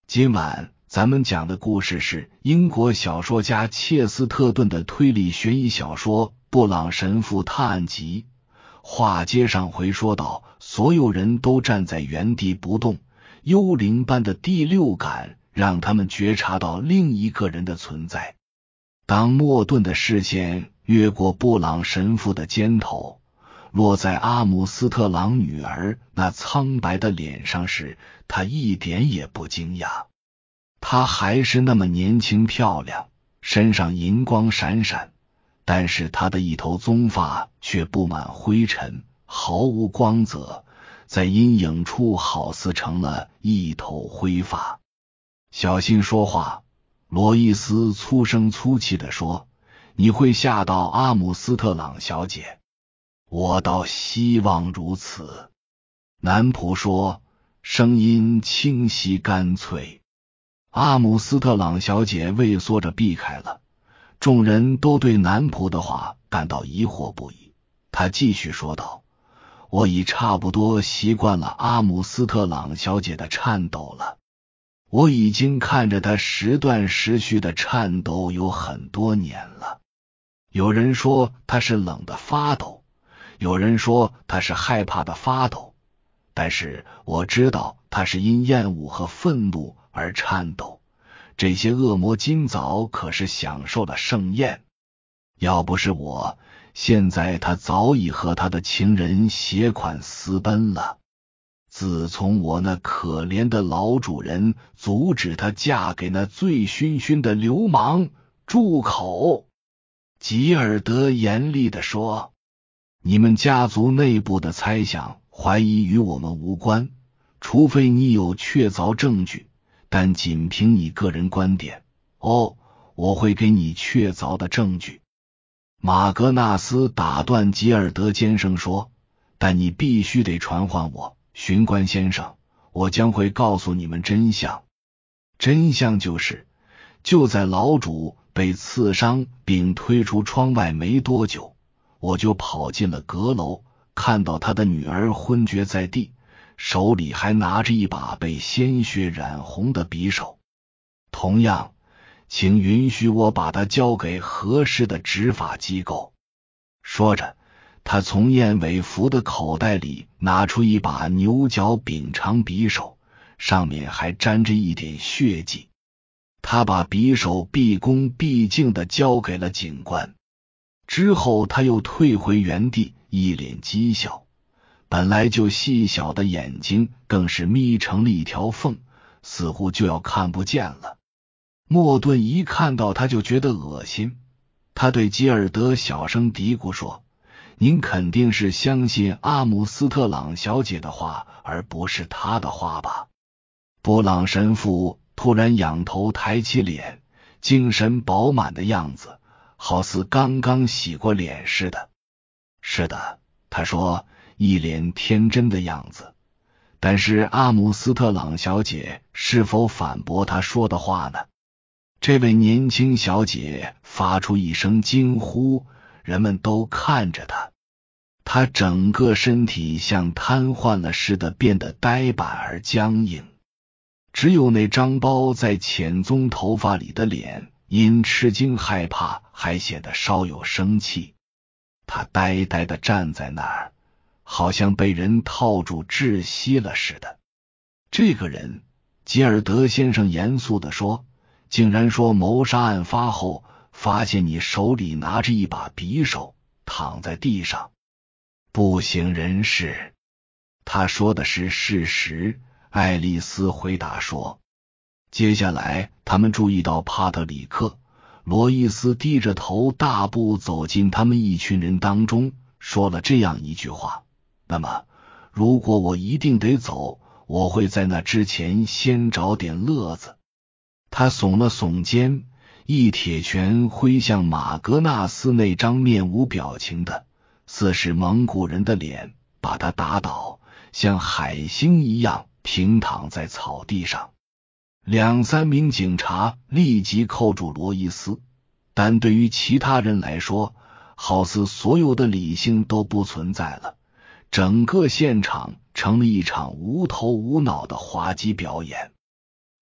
今晚咱们讲的故事是英国小说家切斯特顿的推理悬疑小说《布朗神父探案集》。话接上回说到，所有人都站在原地不动，幽灵般的第六感让他们觉察到另一个人的存在。当莫顿的视线越过布朗神父的肩头，落在阿姆斯特朗女儿那苍白的脸上时，他一点也不惊讶。她还是那么年轻漂亮，身上银光闪闪，但是她的一头棕发却布满灰尘，毫无光泽，在阴影处好似成了一头灰发。小心说话，罗伊斯粗声粗气地说，你会吓到阿姆斯特朗小姐。我倒希望如此，南普说，声音清晰干脆。阿姆斯特朗小姐畏缩着避开了，众人都对南普的话感到疑惑不已。他继续说道，我已差不多习惯了阿姆斯特朗小姐的颤抖了，我已经看着她时断时续的颤抖有很多年了。有人说她是冷的发抖，有人说她是害怕的发抖，但是我知道她是因厌恶和愤怒而颤抖。这些恶魔今早可是享受了盛宴，要不是我，现在她早已和她的情人携款私奔了。自从我那可怜的老主人阻止她嫁给那醉醺醺的流氓，住口！吉尔德严厉地说，你们家族内部的猜想怀疑与我们无关，除非你有确凿证据，但仅凭你个人观点，我会给你确凿的证据。马格纳斯打断吉尔德先生说，但你必须得传唤我，巡官先生，我将会告诉你们真相。真相就是，就在老主被刺伤并推出窗外没多久，我就跑进了阁楼，看到他的女儿昏厥在地，手里还拿着一把被鲜血染红的匕首。同样，请允许我把它交给合适的执法机构。说着，他从燕尾服的口袋里拿出一把牛角柄长匕首，上面还沾着一点血迹。他把匕首毕恭毕敬地交给了警官。之后他又退回原地，一脸讥笑，本来就细小的眼睛更是眯成了一条缝，似乎就要看不见了。莫顿一看到他就觉得恶心，他对吉尔德小声嘀咕说，您肯定是相信阿姆斯特朗小姐的话，而不是他的话吧？布朗神父突然仰头抬起脸，精神饱满的样子，好似刚刚洗过脸似的。是的，他说，一脸天真的样子。但是阿姆斯特朗小姐是否反驳他说的话呢？这位年轻小姐发出一声惊呼，人们都看着她。她整个身体像瘫痪了似的变得呆板而僵硬，只有那张包在浅棕头发里的脸因吃惊害怕还显得稍有生气。她呆呆地站在那儿，好像被人套住窒息了似的。这个人，吉尔德先生严肃地说，竟然说谋杀案发后发现你手里拿着一把匕首躺在地上。不省人事。他说的是事实，爱丽丝回答说。接下来他们注意到帕特里克，罗伊斯低着头大步走进他们一群人当中，说了这样一句话，那么如果我一定得走，我会在那之前先找点乐子。他耸了耸肩，一铁拳挥向马格纳斯那张面无表情的似是蒙古人的脸，把他打倒，像海星一样平躺在草地上。两三名警察立即扣住罗伊斯，但对于其他人来说，好似所有的理性都不存在了，整个现场成了一场无头无脑的滑稽表演。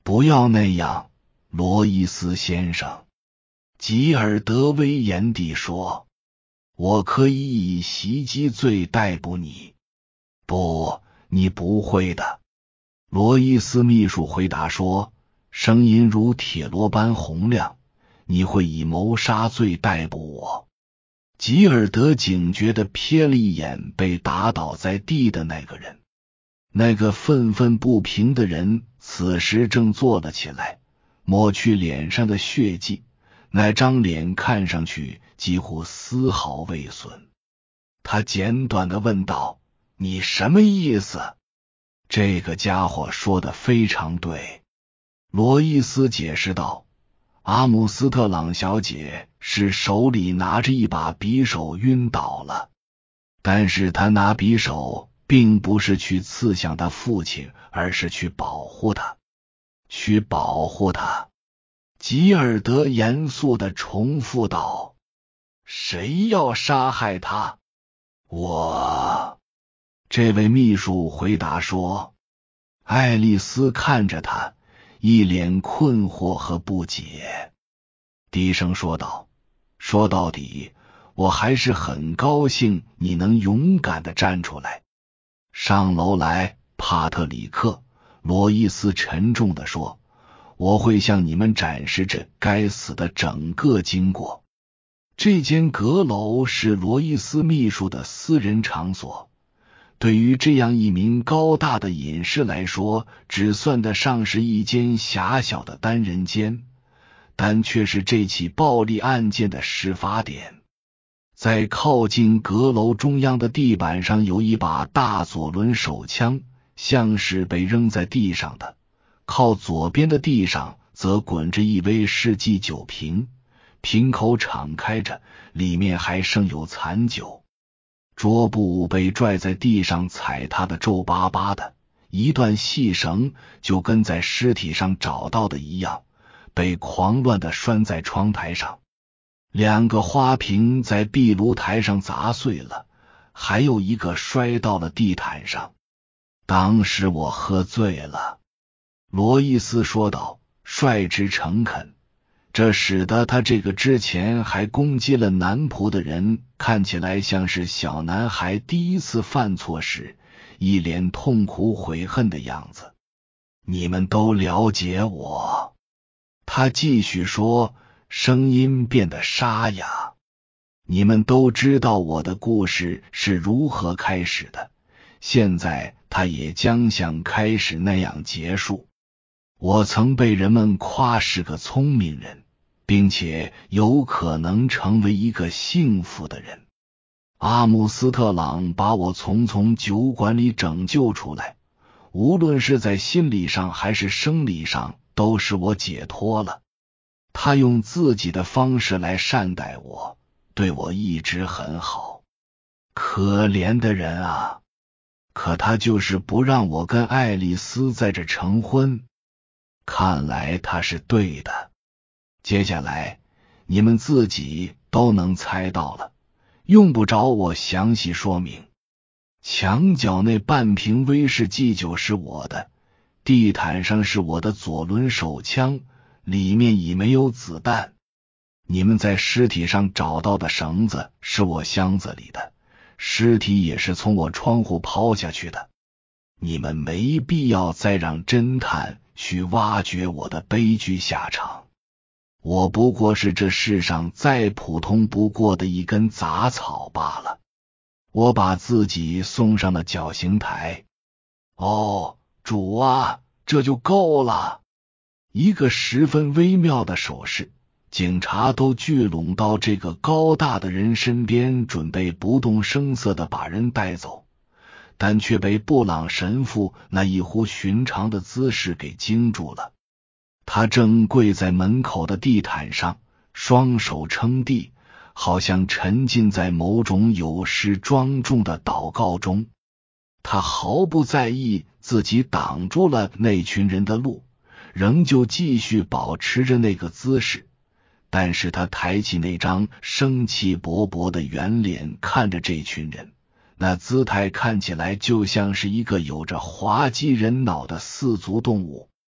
不要那样，罗伊斯先生。吉尔德威严地说，我可以以袭击罪逮捕你。不，你不会的。罗伊斯秘书回答说，声音如铁螺般洪亮，你会以谋杀罪逮捕我。吉尔德警觉地瞥了一眼被打倒在地的那个人，那个愤愤不平的人此时正坐了起来，抹去脸上的血迹，那张脸看上去几乎丝毫未损。他简短地问道，你什么意思？这个家伙说得非常对，罗伊斯解释道，阿姆斯特朗小姐是手里拿着一把匕首晕倒了，但是她拿匕首并不是去刺向他父亲，而是去保护他。去保护他。吉尔德严肃地重复道，谁要杀害他？我。这位秘书回答说。爱丽丝看着他，一脸困惑和不解，低声说道，说到底，我还是很高兴你能勇敢地站出来。上楼来，帕特里克，罗伊斯沉重地说，我会向你们展示这该死的整个经过。这间阁楼是罗伊斯秘书的私人场所，对于这样一名高大的隐士来说，只算得上是一间狭小的单人间，但却是这起暴力案件的事发点。在靠近阁楼中央的地板上有一把大左轮手枪，像是被扔在地上的。靠左边的地上则滚着一威士忌酒瓶，瓶口敞开着，里面还剩有残酒。桌布被拽在地上踩踏的皱巴巴的，一段细绳就跟在尸体上找到的一样，被狂乱地拴在窗台上。2个花瓶在壁炉台上砸碎了，还有一个摔到了地毯上。当时我喝醉了，罗伊斯说道，率直诚恳，这使得他这个之前还攻击了男仆的人看起来像是小男孩第一次犯错时一脸痛苦悔恨的样子。你们都了解我，他继续说，声音变得沙哑，你们都知道我的故事是如何开始的，现在它也将像开始那样结束。我曾被人们夸是个聪明人，并且有可能成为一个幸福的人。阿姆斯特朗把我从酒馆里拯救出来，无论是在心理上还是生理上，都使我解脱了。他用自己的方式来善待我，对我一直很好。可怜的人啊！可他就是不让我跟爱丽丝在这成婚。看来他是对的。接下来你们自己都能猜到了，用不着我详细说明。墙角那半瓶威士忌酒是我的，地毯上是我的左轮手枪，里面已没有子弹。你们在尸体上找到的绳子是我箱子里的，尸体也是从我窗户抛下去的。你们没必要再让侦探去挖掘我的悲剧下场，我不过是这世上再普通不过的一根杂草罢了。我把自己送上了绞刑台。哦，主啊，这就够了。一个十分微妙的手势，警察都聚拢到这个高大的人身边，准备不动声色地把人带走，但却被布朗神父那异乎寻常的姿势给惊住了。他正跪在门口的地毯上，双手撑地，好像沉浸在某种有失庄重的祷告中。他毫不在意自己挡住了那群人的路，仍旧继续保持着那个姿势，但是他抬起那张生气勃勃的圆脸看着这群人，那姿态看起来就像是一个有着滑稽人脑的四足动物。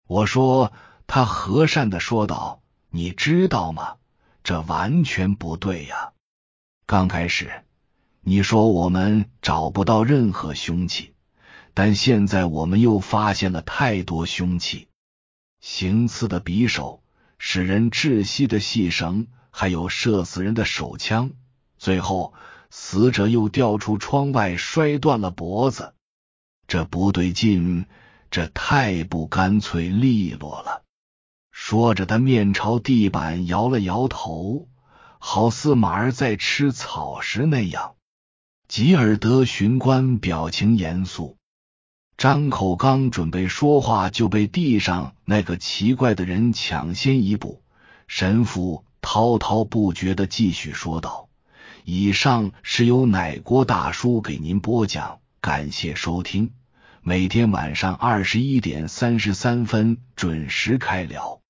我说，他和善地说道，你知道吗？这完全不对呀。刚开始你说我们找不到任何凶器，但现在我们又发现了太多凶器，行刺的匕首，使人窒息的细绳，还有射死人的手枪，最后死者又掉出窗外摔断了脖子。这不对劲，这太不干脆利落了。说着他面朝地板摇了摇头，好似马儿在吃草时那样。吉尔德巡官表情严肃，张口刚准备说话，就被地上那个奇怪的人抢先一步。神父滔滔不绝地继续说道，以上是由乃国大叔给您播讲，感谢收听，每天晚上21:33准时开聊。